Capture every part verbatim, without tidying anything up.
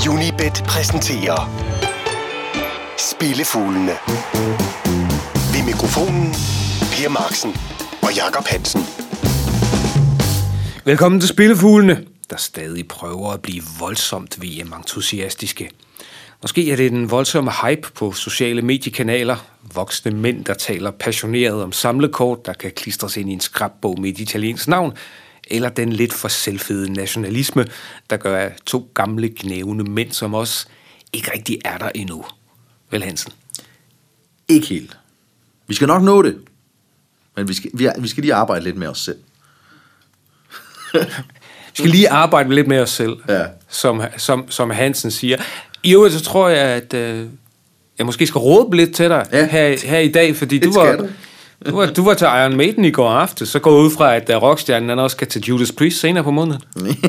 Unibet præsenterer Spillefuglene. Ved mikrofonen Per Marksen og Jakob Hansen. Velkommen til Spillefuglene, der stadig prøver at blive voldsomt V M-entusiastiske. Måske er det den voldsomme hype på sociale mediekanaler, voksne mænd, der taler passioneret om samlekort, der kan klistres ind i en skrabbog med et italiensk navn, eller den lidt for selvfede nationalisme, der gør, at to gamle gnævende mænd som os ikke rigtig er der endnu. Vel, Hansen? Ikke helt. Vi skal nok nå det, men vi skal, vi, vi skal lige arbejde lidt med os selv. Vi skal lige arbejde lidt med os selv, ja. som, som, som Hansen siger. I øvrigt, så tror jeg, at øh, jeg måske skal råbe lidt til dig ja. her, her i dag, fordi du var, du. Du, var, du var til Iron Maiden i går aftes, så går ud fra, at uh, rockstjernen han også skal til Judas Priest senere på måneden.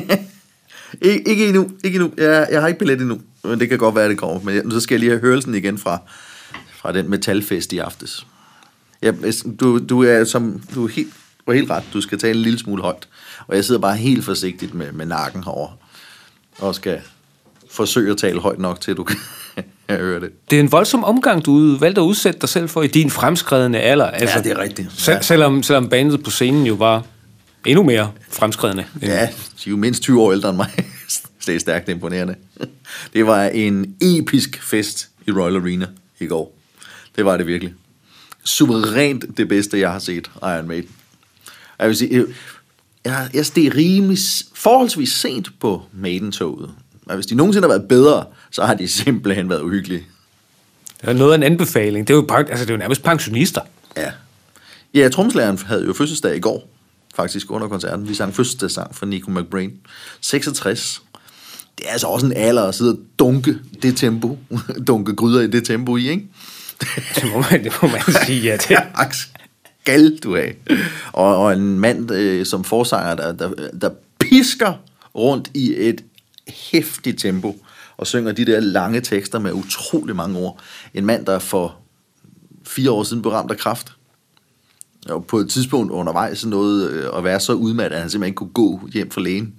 ikke, ikke endnu, ikke endnu. Jeg, jeg har ikke billet endnu, men det kan godt være, at det kommer. Men jeg, så skal jeg lige have hørelsen igen fra, fra den metalfest i aftes. Ja, du, du er som du er helt, du er helt ret. Du skal tale en lille smule højt, og jeg sidder bare helt forsigtigt med, med nakken herovre og skal forsøge at tale højt nok til, at du kan høre det. Det er en voldsom omgang, du valgte at udsætte dig selv for i din fremskredende alder. Altså, ja, det er rigtigt. Ja. Selv, selvom, selvom bandet på scenen jo var endnu mere fremskredende. Ja, de er jo mindst tyve år ældre end mig. Det er stærkt imponerende. Det var en episk fest i Royal Arena i går. Det var det virkelig. Suverænt det bedste, jeg har set Iron Maiden. Jeg vil sige, jeg, jeg steg rimelig forholdsvis sent på Maiden-toget. Hvis de nogensinde har været bedre, så har de simpelthen været uhyggelige. Det er noget af en anbefaling. Det er jo, altså, det er jo nærmest pensionister. Ja. Ja, trommeslageren havde jo fødselsdag i går, faktisk under koncerten. Vi sang fødselsdagssang for Nico McBrain. seksogtres. Det er altså også en alder at sidde og dunke det tempo. dunke gryder i det tempo i, ikke? det, må man, det må man sige, ja. Det. Skal du have. Og, og en mand øh, som forsanger, der, der, der pisker rundt i et hæftigt tempo og synger de der lange tekster med utrolig mange ord. En mand, der for fire år siden blev ramt af kræft. Og på et tidspunkt undervejs nåede at være så udmattet, at han simpelthen ikke kunne gå hjem fra lægen.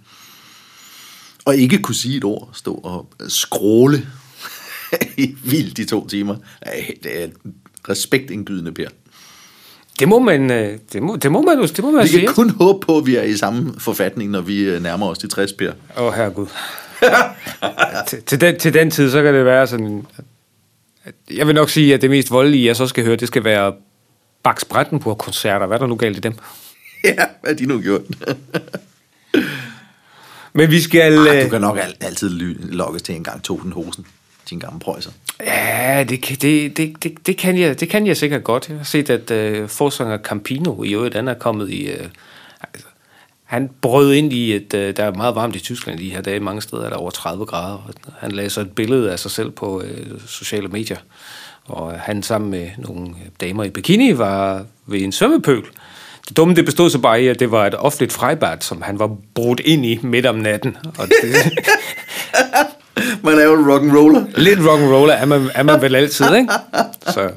Og ikke kunne sige et ord. Stå og skråle i vildt de to timer. Det er respektindgydende, Per. Det må man, det må, det må man, det må man vi sige. Vi kan kun håbe på, at vi er i samme forfatning, når vi nærmer os de tres, Per. Åh, oh, herregud. til, til, den, til den tid, så kan det være sådan... Jeg vil nok sige, at det mest voldelige, jeg så skal høre, det skal være Bachs Brandenburg-koncerter. Hvad er der nu galt i dem? Ja, hvad er de nu gjort? Men vi skal... Arh, du kan nok altid lokkes til en gang Totenhosen. Din gamle prøjser. Ja, det, det, det, det, det, kan jeg, det kan jeg sikkert godt. Jeg har set, at øh, forsanger Campino i øvrigt, den er kommet i... Øh, altså, han brød ind i, at øh, der er meget varmt i Tyskland de her dage. Mange steder er der over tredive grader. Han lagde så et billede af sig selv på øh, sociale medier. Og han sammen med nogle damer i bikini var ved en svømmepøl. Det dumme, det bestod så bare i, at det var et offentligt freibad, som han var brudt ind i midt om natten. Og det... Man er jo en rock'n'roller. Lidt rock'n'roller er man, er man vel altid, ikke? Så,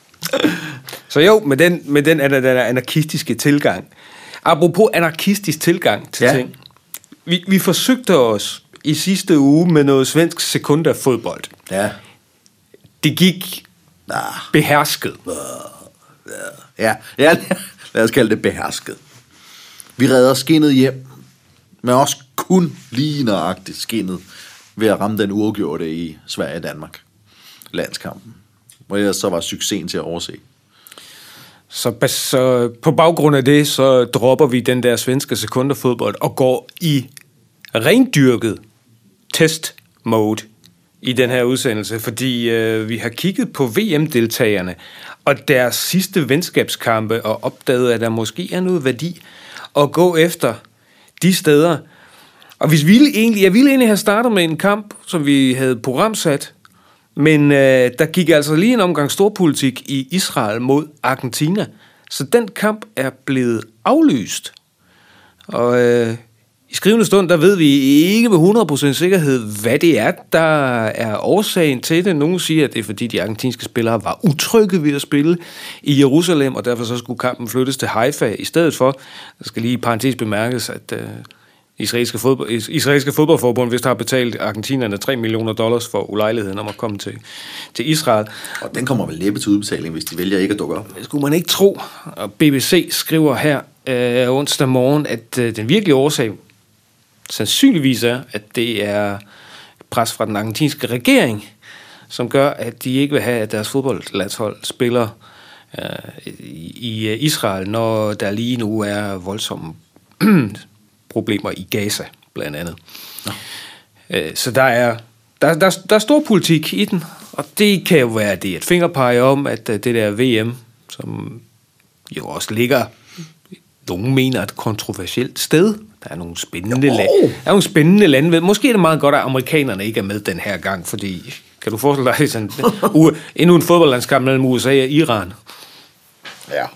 så jo, med den, med den, den, den anarkistiske tilgang. Apropos anarkistisk tilgang til ja. ting. Vi, vi forsøgte os i sidste uge med noget svensk sekunda-fodbold. Ja. Det gik ah. behersket. Ja, ja, lad os kalde det behersket. Vi redder skinnet hjem, men også kun lige nøjagtigt skinnet ved at ramme den uafgjorte i Sverige og Danmark. Landskampen. Og ellers så var succesen til at overse. Så, så på baggrund af det, så dropper vi den der svenske sekunderfodbold og går i rendyrket test-mode i den her udsendelse, fordi øh, vi har kigget på V M-deltagerne og deres sidste venskabskampe og opdaget, at der måske er noget værdi at gå efter de steder. Og hvis vi egentlig, jeg ville egentlig have startet med en kamp, som vi havde programsat, men øh, der gik altså lige en omgang storpolitik i Israel mod Argentina. Så den kamp er blevet aflyst. Og øh, i skrivende stund, der ved vi ikke med hundrede procent sikkerhed, hvad det er, der er årsagen til det. Nogle siger, at det er fordi de argentinske spillere var utrygge ved at spille i Jerusalem, og derfor så skulle kampen flyttes til Haifa i stedet for. Der skal lige i parentes bemærkes, at... Øh, israelske, fodbold, israelske fodboldforbund, hvis der har betalt argentinerne tre millioner dollars for ulejligheden om at komme til, til Israel. Og den kommer vel næppe til udbetaling, hvis de vælger ikke at dukke op. Det skulle man ikke tro. Og B B C skriver her øh, onsdag morgen, at øh, den virkelige årsag sandsynligvis er, at det er pres fra den argentinske regering, som gør, at de ikke vil have, at deres fodboldlandshold spiller øh, i Israel, når der lige nu er voldsomme problemer i Gaza, blandt andet. Nå. Øh, så der er, der, der, der er stor politik i den, og det kan jo være det et fingerpege om, at det der V M, som jo også ligger, nogen mener, et kontroversielt sted. Der er nogle spændende, la- der er nogle spændende lande. Måske er det meget godt, at amerikanerne ikke er med den her gang, fordi kan du forestille dig sådan uh, endnu en fodboldlandskamp mellem U S A og Iran? Ja.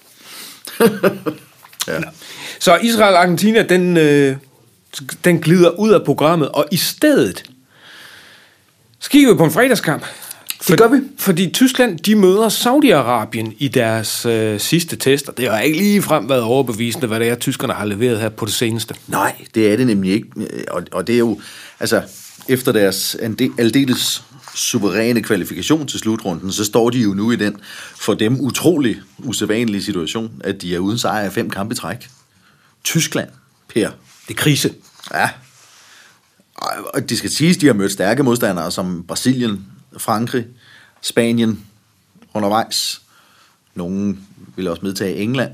ja. Så Israel og Argentina, den, øh, den glider ud af programmet, og i stedet så kigger vi på en fredagskamp. For, det gør vi. Fordi Tyskland, de møder Saudi-Arabien i deres øh, sidste test, og det har ikke lige frem været overbevisende, hvad det er, tyskerne har leveret her på det seneste. Nej, det er det nemlig ikke. Og, og det er jo, altså, efter deres aldeles suveræne kvalifikation til slutrunden, så står de jo nu i den for dem utrolig usædvanlige situation, at de er uden sejr af fem kampe i træk. Tyskland, Per. Det er krise. Ja. Og det skal siges, de har mødt stærke modstandere som Brasilien, Frankrig, Spanien undervejs. Nogle vil også medtage England.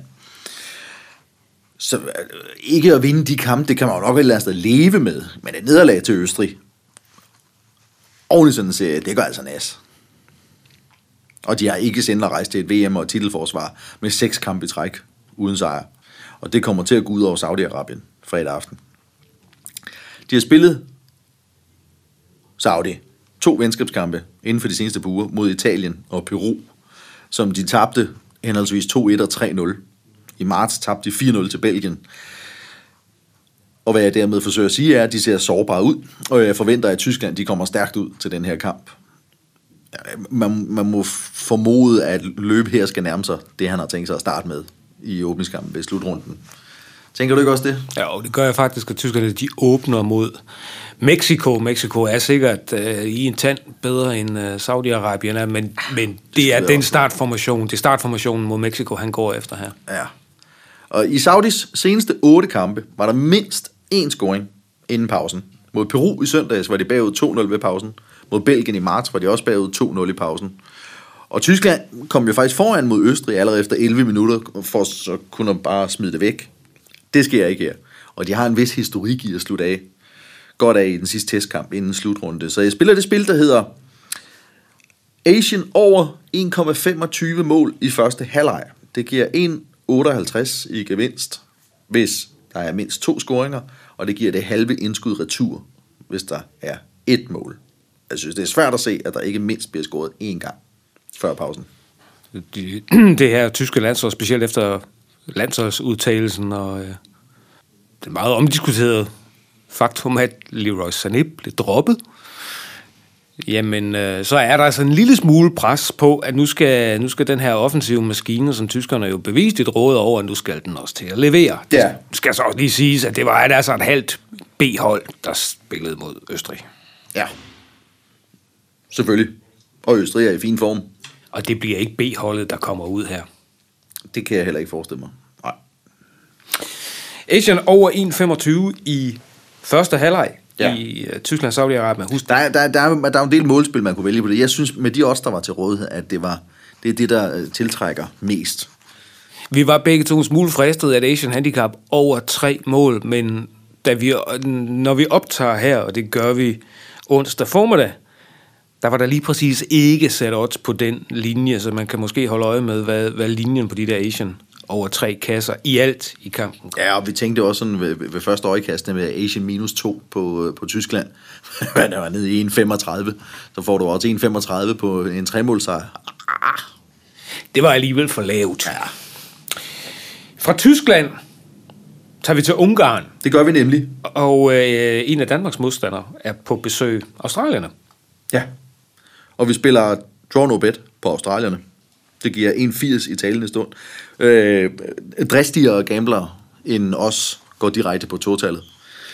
Så ikke at vinde de kampe, det kan man jo nok et eller andet sted leve med, men et nederlag til Østrig oven i sådan en serie, det går altså nas. Og de har ikke sendt at rejse til et V M og titelforsvar med seks kampe i træk uden sejr. Og det kommer til at gå ud over Saudi-Arabien fredag aften. De har spillet Saudi to venskabskampe inden for de seneste par uger mod Italien og Peru, som de tabte henholdsvis to et og tre nul. I marts tabte de fire nul til Belgien. Og hvad jeg dermed forsøger at sige er, at de ser sårbare ud, og jeg forventer, at Tyskland de kommer stærkt ud til den her kamp. Man, man må formode, at løb her skal nærme sig det, han har tænkt sig at starte med i åbningskampen ved slutrunden. Tænker du ikke også det? Ja, og det gør jeg faktisk, at tyskerne de åbner mod Mexico. Mexico er sikkert uh, i en tand bedre end uh, Saudi-Arabien er, men, men det er den startformation, det er startformationen mod Mexico, han går efter her. Ja. Og i Saudis seneste otte kampe var der mindst én scoring inden pausen. Mod Peru i søndags var de bagud to nul ved pausen. Mod Belgien i marts var de også bagud to nul i pausen. Og Tyskland kom jo faktisk foran mod Østrig allerede efter elleve minutter, for så kunne de bare smide det væk. Det sker ikke her. Og de har en vis historik i at slutte af. Godt af i den sidste testkamp inden slutrunde. Så jeg spiller det spil, der hedder Asian over en komma femogtyve mål i første halvleg. Det giver en komma otteoghalvtreds i gevinst, hvis der er mindst to scoringer, og det giver det halve indskud retur, hvis der er et mål. Jeg synes, det er svært at se, at der ikke mindst bliver scoret én gang før pausen. Det, det her tyske landshold, specielt efter landsholdsudtagelsen og øh, det meget omdiskuterede faktum, at Leroy Sané blev droppet, jamen, øh, så er der altså en lille smule pres på, at nu skal, nu skal den her offensive maskine, som tyskerne jo bevist et råd over, nu skal den også til at levere. Ja. Det skal så også lige siges, at det var altså et halvt B-hold, der spillede mod Østrig. Ja, selvfølgelig. Og Østrig er i fin form. Og det bliver ikke B-holdet, der kommer ud her. Det kan jeg heller ikke forestille mig. Nej. Asian over en komma femogtyve i første halvleg. Ja. I uh, Tyskland, Saudi-Arabien. Husk Der er, der, der, er, der er en del målspil, man kunne vælge på det. Jeg synes, med de odds, der var til rådighed, at det var det, er det der uh, tiltrækker mest. Vi var begge to en smule fristet af et Asian Handicap over tre mål, men da vi, når vi optager her, og det gør vi onsdag formiddag, der var der lige præcis ikke sat odds på den linje, så man kan måske holde øje med, hvad, hvad linjen på de der Asian over tre kasser i alt i kampen. Ja, og vi tænkte også sådan ved, ved første øjekast med Asian minus to på, på Tyskland. Der var nede i en komma femogtredive. Så får du også en komma femogtredive på en tremålsejr. Det var alligevel for lavt. Ja. Fra Tyskland tager vi til Ungarn. Det gør vi nemlig. Og øh, en af Danmarks modstandere er på besøg Australierne. Ja. Og vi spiller draw no bet på Australierne. Det giver en komma firs i talende stund. Øh, dristigere gamblere end os går direkte på totallet.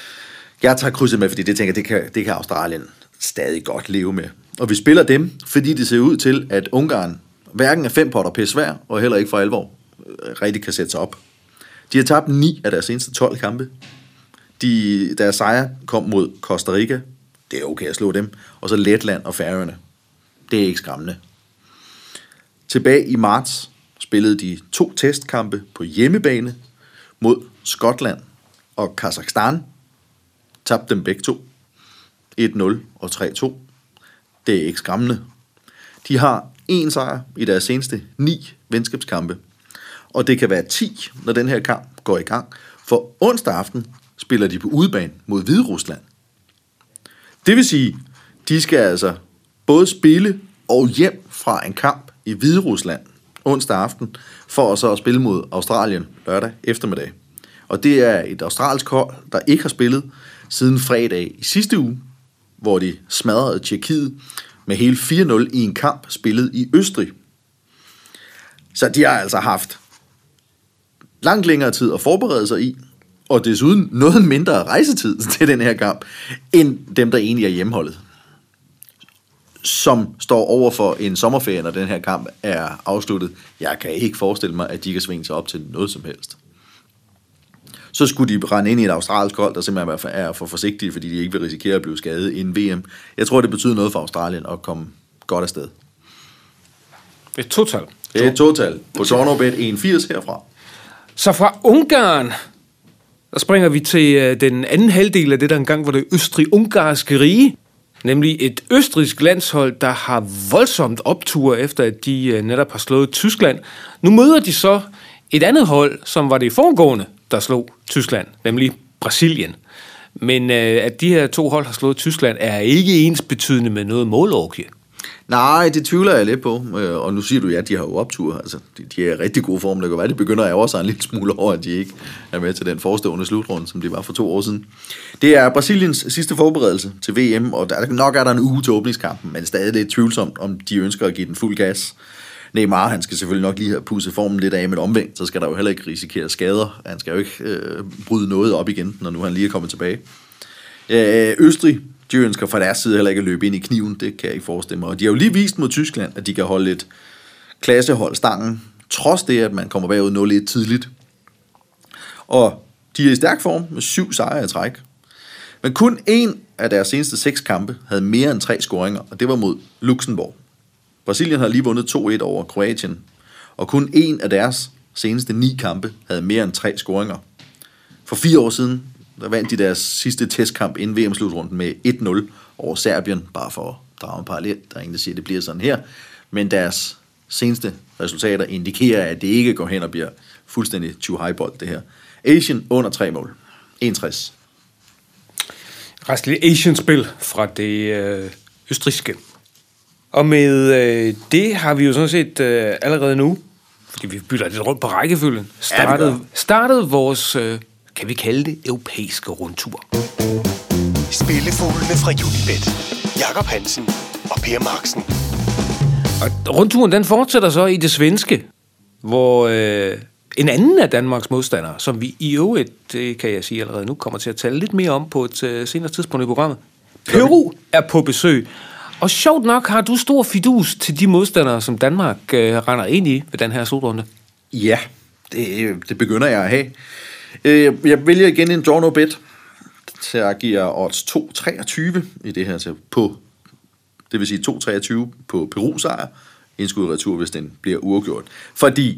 Jeg tager krydset med, fordi det tænker det kan, det kan Australien stadig godt leve med. Og vi spiller dem, fordi det ser ud til, at Ungarn hverken er fem potter pisse svær, og heller ikke for alvor rigtig kan sætte sig op. De har tabt ni af deres seneste tolv kampe. De, deres sejre kom mod Costa Rica. Det er okay at slå dem. Og så Letland og Færøerne. Det er ikke skræmmende. Tilbage i marts spillede de to testkampe på hjemmebane mod Skotland og Kazakhstan. Tabte dem begge to. et nul og tre to. Det er ikke skræmmende. De har en sejr i deres seneste ni venskabskampe. Og det kan være ti, når den her kamp går i gang. For onsdag aften spiller de på udebane mod Hviderusland. Det vil sige, de skal altså både spille og hjem fra en kamp i Hviderusland onsdag aften, for så at spille mod Australien lørdag eftermiddag. Og det er et australsk hold, der ikke har spillet siden fredag i sidste uge, hvor de smadrede Tjekkiet med hele fire nul i en kamp spillet i Østrig. Så de har altså haft langt længere tid at forberede sig i, og desuden noget mindre rejsetid til den her kamp, end dem, der egentlig er hjemmeholdet, som står over for en sommerferie, når den her kamp er afsluttet. Jeg kan ikke forestille mig, at de kan svinge sig op til noget som helst. Så skulle de rende ind i et australsk hold, der simpelthen er for forsigtige, fordi de ikke vil risikere at blive skadet inden V M. Jeg tror, det betyder noget for Australien at komme godt afsted. Et total. Et total. På Tornobet en komma firs herfra. Så fra Ungarn, der springer vi til den anden halvdel af det, der engang var det østrig-ungarske rige. Nemlig et østrigsk landshold, der har voldsomt optur, efter at de netop har slået Tyskland. Nu møder de så et andet hold, som var det foregående, der slog Tyskland, nemlig Brasilien. Men øh, at de her to hold har slået Tyskland, er ikke ensbetydende med noget målorgie. Nej, det tvivler jeg lidt på. Og nu siger du, ja, de har jo optur. Altså, de, de er i rigtig god form. Det kan være, de begynder at ærge sig en lille smule over, at de ikke er med til den forestående slutrunde, som de var for to år siden. Det er Brasiliens sidste forberedelse til V M, og der, nok er der en uge til åbningskampen, men stadig lidt tvivlsomt, om de ønsker at give den fuld gas. Neymar, han skal selvfølgelig nok lige have pusset formen lidt af, men omvendt, så skal der jo heller ikke risikere skader. Han skal jo ikke øh, bryde noget op igen, når nu han lige er kommet tilbage. Øh, Østrig, de ønsker fra deres side heller ikke at løbe ind i kniven, det kan jeg ikke forestille mig. Og de har jo lige vist mod Tyskland, at de kan holde et klassehold stangen, trods det, at man kommer bagud nul et tidligt. Og de er i stærk form med syv sejre i træk. Men kun en af deres seneste seks kampe havde mere end tre scoringer, og det var mod Luxembourg. Brasilien har lige vundet to et over Kroatien, og kun en af deres seneste ni kampe havde mere end tre scoringer. For fire år siden, der vandt de deres sidste testkamp inden V M-slutrunden med et nul over Serbien, bare for at drage en parallel. Der er ingen, der siger, at det bliver sådan her. Men deres seneste resultater indikerer, at det ikke går hen og bliver fuldstændig too-high-bold, det her. Asien under tre mål. enogtres. Restligt Asian-spil fra det øh, østrigske. Og med øh, det har vi jo sådan set øh, allerede nu, fordi vi bytter lidt rundt på rækkefølgen, startet, ja, startet vores, øh, kan vi kalde det, europæiske rundtur. Spillefuglene fra Unibet. Jakob Hansen og Per Marksen. Og rundturen, den fortsætter så i det svenske, hvor øh, en anden af Danmarks modstandere, som vi i øvrigt, det kan jeg sige allerede nu, kommer til at tale lidt mere om på et øh, senere tidspunkt i programmet. Peru er på besøg. Og sjovt nok har du stor fidus til de modstandere, som Danmark øh, render ind i ved den her slutrunde. Ja, det, det begynder jeg at have. Øh, jeg vælger igen en draw no bet, til at give odds to komma treogtyve i det her til på, det vil sige to komma treogtyve på Peru sejr, indskud retur, hvis den bliver uafgjort. Fordi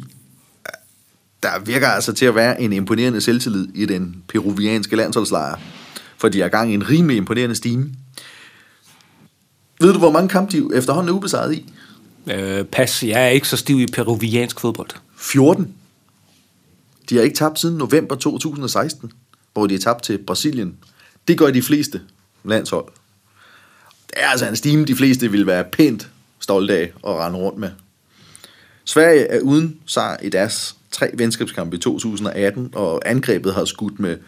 der virker altså til at være en imponerende selvtillid i den peruvianske landsholdslejr, for de er gang i en rimelig imponerende stime. Ved du, hvor mange kampe de efterhånden er ubesejret i? Øh, pas, jeg er ikke så stiv i peruviansk fodbold. fjorten. De har ikke tabt siden november to tusind og seksten, hvor de er tabt til Brasilien. Det gør de fleste landshold. Det er altså en stime, de fleste vil være pænt stolte af at rende rundt med. Sverige er uden sejr i deres tre venskabskampe i to tusind og atten, og angrebet har skudt med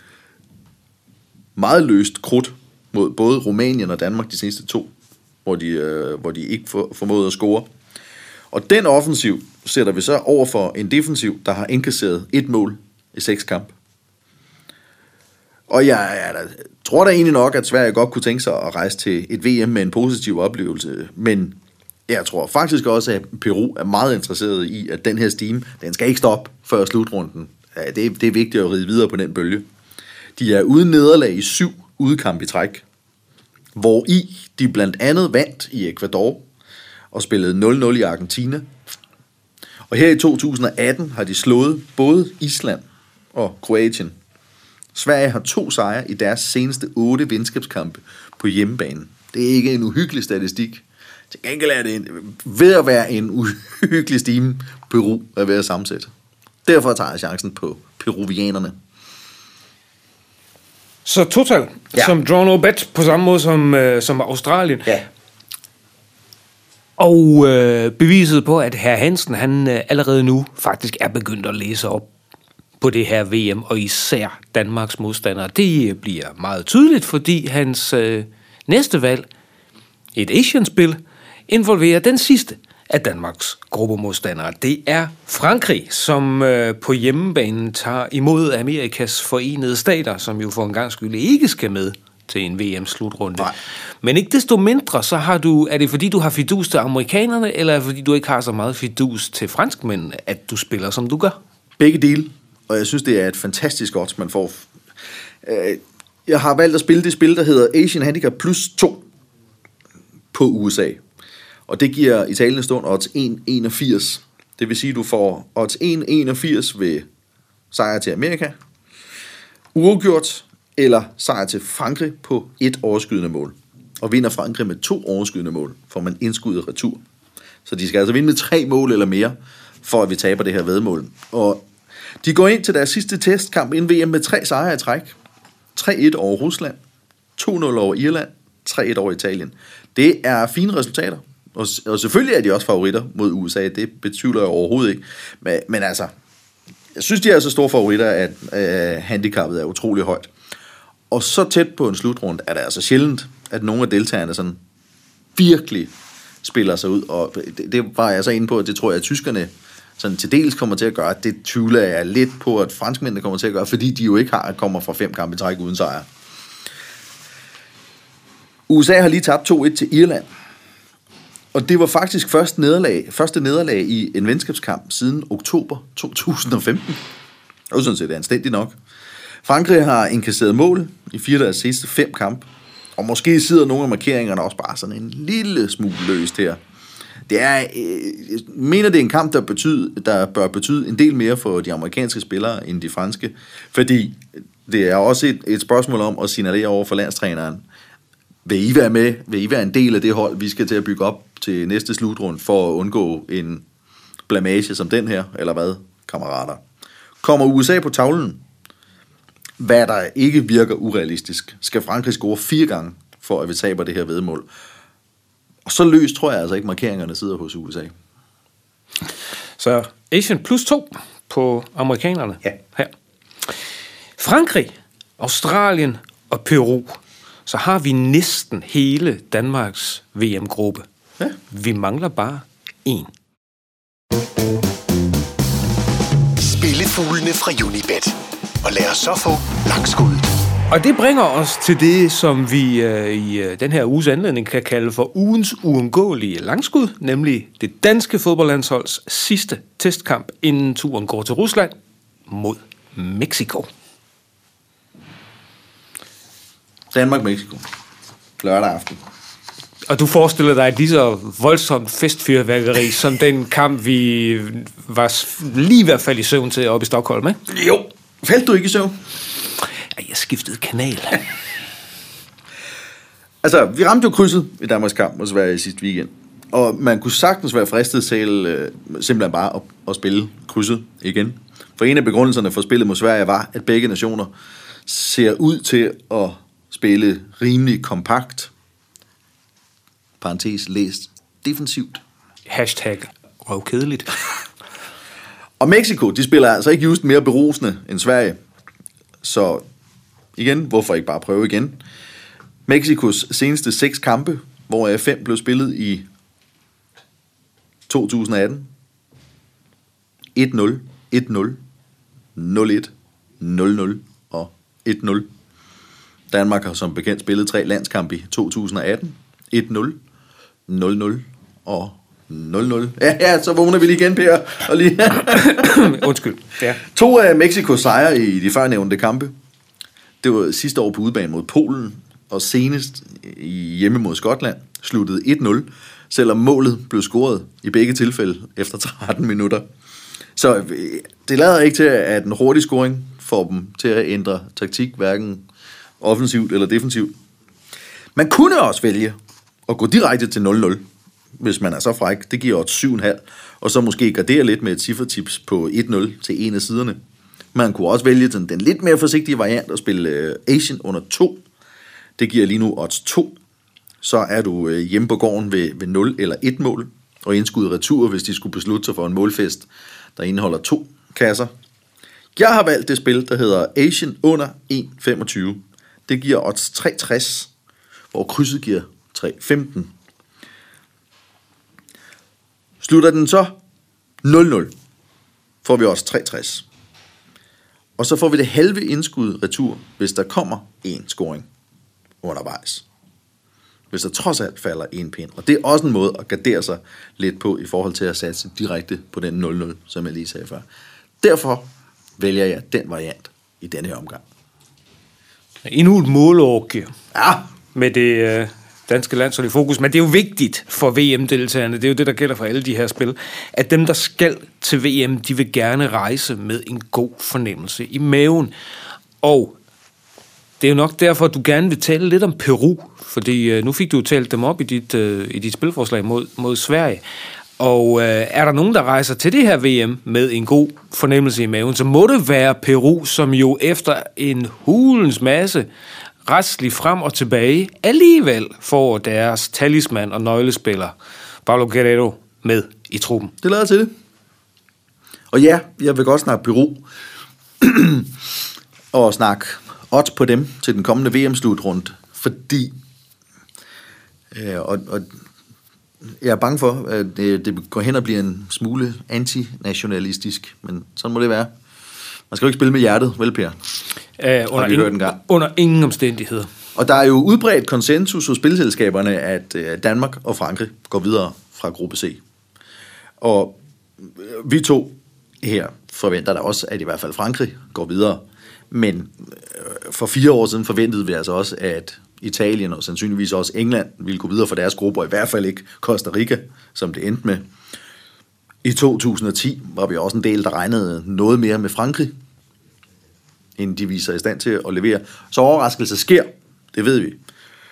meget løst krudt mod både Rumænien og Danmark de seneste to, hvor de, øh, hvor de ikke for, formåede at score. Og den offensiv sætter vi så over for en defensiv, der har indkasseret et mål i seks kampe. Og jeg, jeg, jeg tror da egentlig nok, at Sverige godt kunne tænke sig at rejse til et V M med en positiv oplevelse, men jeg tror faktisk også, at Peru er meget interesseret i, at den her stime, den skal ikke stoppe før slutrunden. Ja, det, det er vigtigt at ride videre på den bølge. De er uden nederlag i syv udkamp i træk, hvor i de blandt andet vandt i Ecuador og spillede nul nul i Argentina. Og her i to tusind og atten har de slået både Island og Kroatien. Sverige har to sejre i deres seneste otte venskabskampe på hjemmebane. Det er ikke en uhyggelig statistik. Til gengæld er det en, ved at være en uhyggelig stime, Peru er ved at sammensætte. Derfor tager jeg chancen på peruvianerne. Så total, ja. Som draw no bet, på samme måde som, øh, som Australien. Ja. Og øh, beviset på, at herr Hansen, han øh, allerede nu faktisk er begyndt at læse op på det her V M, og især Danmarks modstandere. Det bliver meget tydeligt, fordi hans øh, næste valg, et Asian-spil, involverer den sidste af Danmarks gruppemodstandere. Det er Frankrig, som øh, på hjemmebanen tager imod Amerikas Forenede Stater, som jo for en gang skyld ikke skal med til en V M-slutrunde. Nej. Men ikke desto mindre, så har du, er det fordi, du har fidus til amerikanerne, eller er det fordi, du ikke har så meget fidus til franskmændene, at du spiller, som du gør? Begge dele, og jeg synes, det er et fantastisk odds, man får. Jeg har valgt at spille det spil, der hedder Asian Handicap plus to på U S A. Og det giver i talende stund odds en komma enogfirs. Det vil sige, at du får odds en komma enogfirs ved sejr til Amerika, uafgjort eller sejr til Frankrig på et overskydende mål. Og vinder Frankrig med to overskydende mål, får man indskuddet retur. Så de skal altså vinde med tre mål eller mere, for at vi taber det her væddemål. Og de går ind til deres sidste testkamp inden V M med tre sejre i træk. tre et over Rusland, to nul over Irland, tre et over Italien. Det er fine resultater. Og, og selvfølgelig er de også favoritter mod U S A. Det betvivler jeg overhovedet ikke. Men, men altså, jeg synes, de er så store favoritter, at øh, handicappet er utrolig højt. Og så tæt på en slutrunde er det altså sjældent, at nogle af deltagerne sådan virkelig spiller sig ud. Og det, det var jeg så inde på, at det tror jeg, at tyskerne sådan til dels kommer til at gøre. Det tvivler jeg lidt på, at franskmændene kommer til at gøre, fordi de jo ikke har kommer fra fem kampe i træk uden sejr. U S A har lige tabt to et til Irland. Og det var faktisk første nederlag, første nederlag i en venskabskamp siden oktober to tusind og femten. Og sådan set er anstændigt nok. Frankrig har inkasseret mål i fire af deres sidste fem kampe. Og måske sidder nogle af markeringerne også bare sådan en lille smule løst her. Det er, jeg mener, det er en kamp, der, betyder, der bør betyde en del mere for de amerikanske spillere end de franske. Fordi det er også et, et spørgsmål om at signalere over for landstræneren. Vil I være med? Vil I være en del af det hold, vi skal til at bygge op til næste slutrunde for at undgå en blamage som den her? Eller hvad, kammerater? Kommer U S A på tavlen, hvad der ikke virker urealistisk, skal Frankrig score fire gange, for at vi taber det her væddemål. Og så løst tror jeg altså ikke, markeringerne sidder hos U S A. Så Asian plus to på amerikanerne. Ja. Her. Frankrig, Australien og Peru. Så har vi næsten hele Danmarks V M-gruppe. Ja. Vi mangler bare én. Spillefuglene fra Unibet. Og lad os så få langskuddet. Og det bringer os til det, som vi øh, i øh, den her uges anledning kan kalde for ugens uundgåelige langskud, nemlig det danske fodboldlandsholds sidste testkamp, inden turen går til Rusland mod Mexico. Danmark-Mexico. Lørdag aften. Og du forestiller dig et lige så voldsomt festfyrværkeri, som den kamp, vi var lige i hvert fald i søvn til oppe i Stockholm, ikke? Jo. Faldt du ikke i søvn? Jeg skiftede kanal. Altså, vi ramte jo krydset i Danmarks kamp mod Sverige i sidste weekend. Og man kunne sagtens være fristet til øh, simpelthen bare at, at spille krydset igen. For en af begrundelserne for spillet mod Sverige var, at begge nationer ser ud til at spille rimelig kompakt. Parentes læst defensivt. Hashtag røvkedeligt. Og Mexico, de spiller altså ikke just mere berusende end Sverige. Så igen, hvorfor ikke bare prøve igen? Mexikos seneste seks kampe, hvor fem blev spillet i to tusind og atten. et nul, et nul, nul et, nul nul og et nul. Danmark har som bekendt spillet tre landskampe i to tusind atten. et nul, nul nul og nul nul. Ja, ja, så vågner vi lige igen, Per. Og lige Undskyld. Ja. To af Mexikos sejre i de førnævnte kampe. Det var sidste år på udebane mod Polen, og senest i hjemme mod Skotland sluttede et nul, selvom målet blev scoret i begge tilfælde efter tretten minutter. Så det lader ikke til, at en hurtig scoring får dem til at ændre taktik, hverken offensivt eller defensivt. Man kunne også vælge at gå direkte til nul nul, hvis man er så fræk. Det giver odds syv komma fem, og så måske gardere lidt med et ciffertips på et nul til en af siderne. Man kunne også vælge den, den lidt mere forsigtige variant at spille Asian under to. Det giver lige nu odds to. Så er du hjemme på gården ved, ved nul eller et mål, og indskud retur, hvis de skulle beslutte sig for en målfest, der indeholder to kasser. Jeg har valgt det spil, der hedder Asian under en komma femogtyve. Det giver odds tre komma tres, hvor krydset giver tre komma femten. Slutter den så nul nul, får vi også tre komma tres. Og så får vi det halve indskud retur, hvis der kommer en scoring undervejs. Hvis der trods alt falder en pind. Og det er også en måde at gardere sig lidt på, i forhold til at satse direkte på den nul nul, som jeg lige sagde før. Derfor vælger jeg den variant i denne her omgang. Endnu et målorgie. Ja. Med det øh, danske landshold i fokus. Men det er jo vigtigt for V M-deltagerne, det er jo det, der gælder for alle de her spil, at dem, der skal til V M, de vil gerne rejse med en god fornemmelse i maven. Og det er jo nok derfor, at du gerne vil tale lidt om Peru, fordi øh, nu fik du talt dem op i dit, øh, i dit spilforslag mod, mod Sverige. Og øh, er der nogen, der rejser til det her V M med en god fornemmelse i maven, så må det være Peru, som jo efter en hulens masse retslig frem og tilbage alligevel får deres talisman og nøglespiller Paolo Guerrero med i truppen. Det lader til det. Og ja, jeg vil godt snakke Peru og snakke odds på dem til den kommende V M-slutrunde, fordi øh, og, og jeg er bange for, at det, det går hen og bliver en smule antinationalistisk, men sådan må det være. Man skal jo ikke spille med hjertet, vel, Per? Uh, under, ingen, under ingen omstændigheder. Og der er jo udbredt konsensus hos spilselskaberne, at Danmark og Frankrig går videre fra gruppe C. Og vi to her forventer der også, at i hvert fald Frankrig går videre. Men for fire år siden forventede vi altså også, at Italien og sandsynligvis også England ville gå videre for deres grupper, i hvert fald ikke Costa Rica, som det endte med. I to tusind og ti var vi også en del, der regnede noget mere med Frankrig, end de viser i stand til at levere. Så overraskelse sker, det ved vi.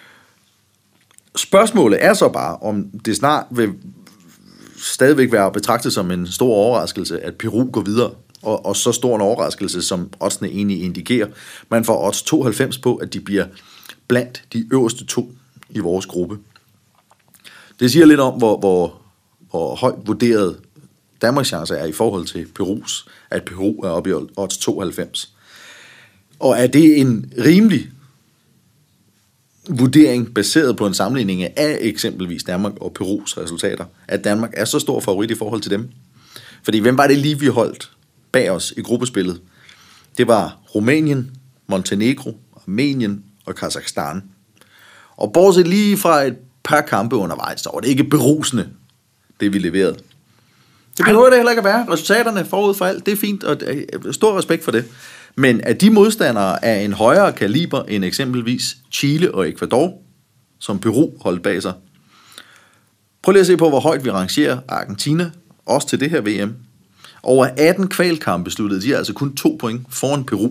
Spørgsmålet er så bare, om det snart vil stadigvæk være betragtet som en stor overraskelse, at Peru går videre, og, og så stor en overraskelse, som oddsene egentlig indikerer. Man får odds tooghalvfems på, at de bliver blandt de øverste to i vores gruppe. Det siger lidt om, hvor, hvor, hvor højt vurderet Danmarks chancer er i forhold til Perus, at Peru er oppe i odds tooghalvfems. Og er det en rimelig vurdering baseret på en sammenligning af eksempelvis Danmark og Perus resultater, at Danmark er så stor favorit i forhold til dem? Fordi hvem var det lige, vi holdt bag os i gruppespillet? Det var Rumænien, Montenegro, Armenien og Kazakhstan. Og bortset lige fra et par kampe undervejs, så var det ikke berusende, det vi leverede. Det behøver det heller ikke at være. Resultaterne forud for alt, det er fint, og stor respekt for det. Men er de modstandere af en højere kaliber end eksempelvis Chile og Ecuador, som Peru holdt bag sig? Prøv lige at se på, hvor højt vi rangerer Argentina, også til det her V M. Over atten kvalkampe sluttede de altså kun to point foran Peru.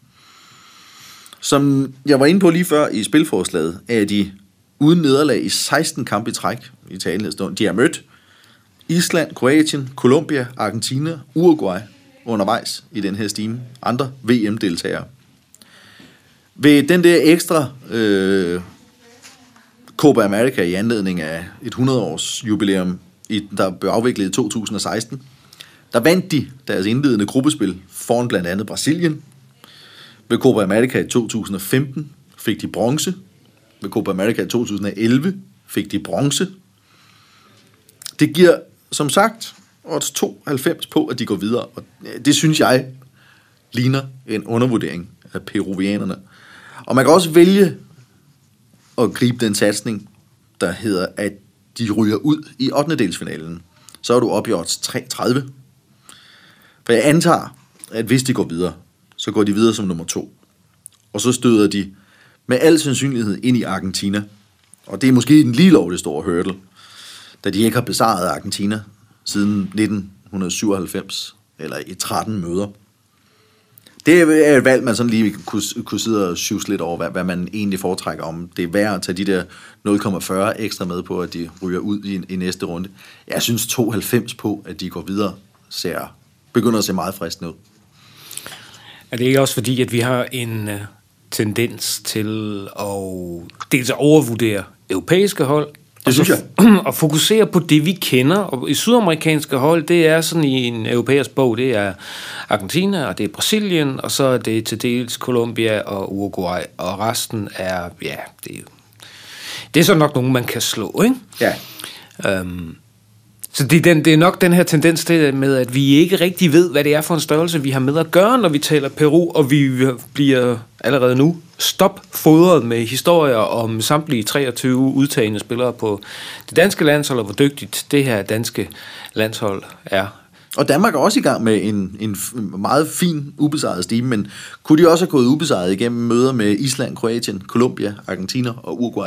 Som jeg var inde på lige før i spilforslaget, er de uden nederlag i seksten kampe i træk i talende stund. De har mødt Island, Kroatien, Colombia, Argentina, Uruguay undervejs i den her stime. Andre V M-deltagere. Ved den der ekstra øh, Copa America i anledning af et hundrede-års jubilæum, der blev afviklet i to tusind og seksten, der vandt de deres indledende gruppespil foran blandt andet Brasilien. Ved Copa America i to tusind og femten fik de bronze. Ved Copa America i to tusind og elleve fik de bronze. Det giver, som sagt, odds tooghalvfems på, at de går videre. Og det synes jeg ligner en undervurdering af peruvianerne. Og man kan også vælge at gribe den satsning, der hedder, at de ryger ud i ottendedelsfinalen. Så er du oppe i odds tre tredive. For jeg antager, at hvis de går videre, så går de videre som nummer to. Og så støder de med al sandsynlighed ind i Argentina. Og det er måske en lige lovlig stor hurdle, da de ikke har besejret Argentina siden nitten syvoghalvfems, eller i tretten møder. Det er et valg, man sådan lige kunne, kunne sidde og sjuse lidt over, hvad, hvad man egentlig foretrækker, om det er værd at tage de der nul komma fyrre ekstra med på, at de ryger ud i, i næste runde. Jeg synes to komma halvfems på, at de går videre, ser, begynder at se meget fristende ud. Er det ikke også fordi, at vi har en uh, tendens til at dels at overvurdere europæiske hold, det synes jeg. Og fokusere på det, vi kender. Og i sydamerikanske hold, det er sådan i en europæisk bog, det er Argentina, og det er Brasilien, og så er det til dels Colombia og Uruguay, og resten er, ja, det er, det er så nok nogen, man kan slå, ikke? Ja. Um, så det er, den, det er nok den her tendens til med, at vi ikke rigtig ved, hvad det er for en størrelse, vi har med at gøre, når vi taler Peru, og vi bliver allerede nu stopfodret med historier om samtlige treogtyve udtagende spillere på det danske landshold, og hvor dygtigt det her danske landshold er. Og Danmark er også i gang med en, en meget fin ubesejret stime, men kunne de også have gået ubesejret igennem møder med Island, Kroatien, Colombia, Argentina og Uruguay?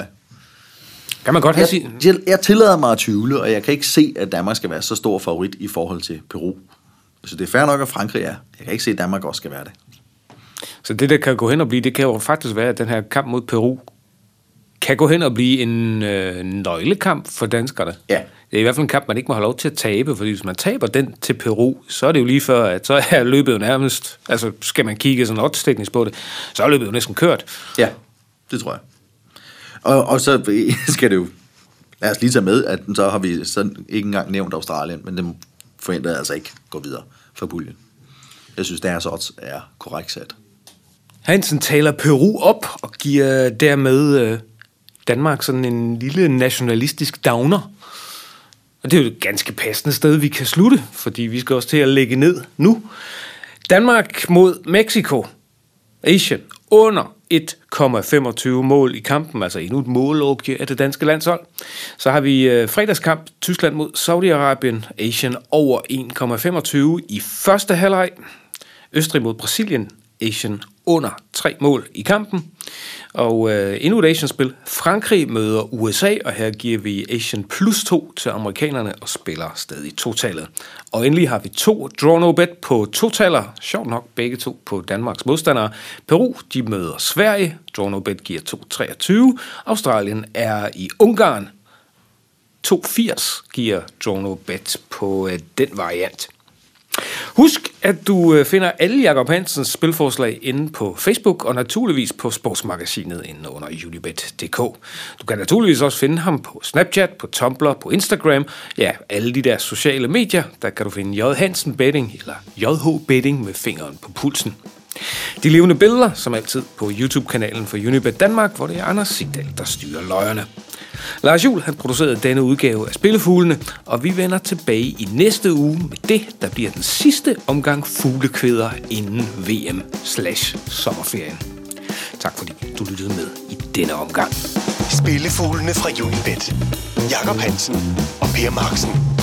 Kan man godt have jeg, jeg, jeg tillader mig at tvivle, og jeg kan ikke se, at Danmark skal være så stor favorit i forhold til Peru. Så det er fair nok, at Frankrig er. Jeg kan ikke se, at Danmark også skal være det. Så det, der kan gå hen og blive, det kan jo faktisk være, at den her kamp mod Peru kan gå hen og blive en øh, nøglekamp for danskerne. Ja. Det er i hvert fald en kamp, man ikke må have lov til at tabe, fordi hvis man taber den til Peru, så er det jo lige før, at så er løbet jo nærmest, altså skal man kigge sådan oddsteknisk på det, så er løbet jo næsten kørt. Ja, det tror jeg. Og, og så skal det jo, lad os lige tage med, at så har vi sådan ikke engang nævnt Australien, men dem forventer jeg altså ikke gå videre for puljen. Jeg synes, deres odds er korrekt sat. Hansen taler Peru op og giver dermed øh, Danmark sådan en lille nationalistisk downer. Og det er jo et ganske passende sted, vi kan slutte, fordi vi skal også til at lægge ned nu. Danmark mod Mexico. Asien under et komma femogtyve mål i kampen, altså endnu et målåbje af det danske landshold. Så har vi øh, fredagskamp Tyskland mod Saudi-Arabien. Asien over en komma femogtyve i første halvleg. Østrig mod Brasilien. Asien under tre mål i kampen. Og øh, endnu et Asian-spil. Frankrig møder U S A, og her giver vi Asian plus to til amerikanerne og spiller stadig totallet. Og endelig har vi to draw no bet på totaler. Sjovt nok begge to på Danmarks modstandere. Peru, de møder Sverige. Draw no bet giver to komma treogtyve. Australien er i Ungarn. to komma firs giver draw no bet på øh, den variant. Husk, at du finder alle Jacob Hansens spilforslag inde på Facebook og naturligvis på Sportsmagasinet inde under unibet punktum d k. Du kan naturligvis også finde ham på Snapchat, på Tumblr, på Instagram. Ja, alle de der sociale medier, der kan du finde J. Hansen Betting eller J H Betting med fingeren på pulsen. De levende billeder, som altid på YouTube-kanalen for Unibet Danmark, hvor det er Anders Sigdal, der styrer løjerne. Lars Juhl, han producerede denne udgave af Spillefuglene, og vi vender tilbage i næste uge med det, der bliver den sidste omgang fuglekvæder inden V M slash sommerferien. Tak fordi du lyttede med i denne omgang. Spillefuglene fra Unibet. Jacob Hansen og Per Marksen.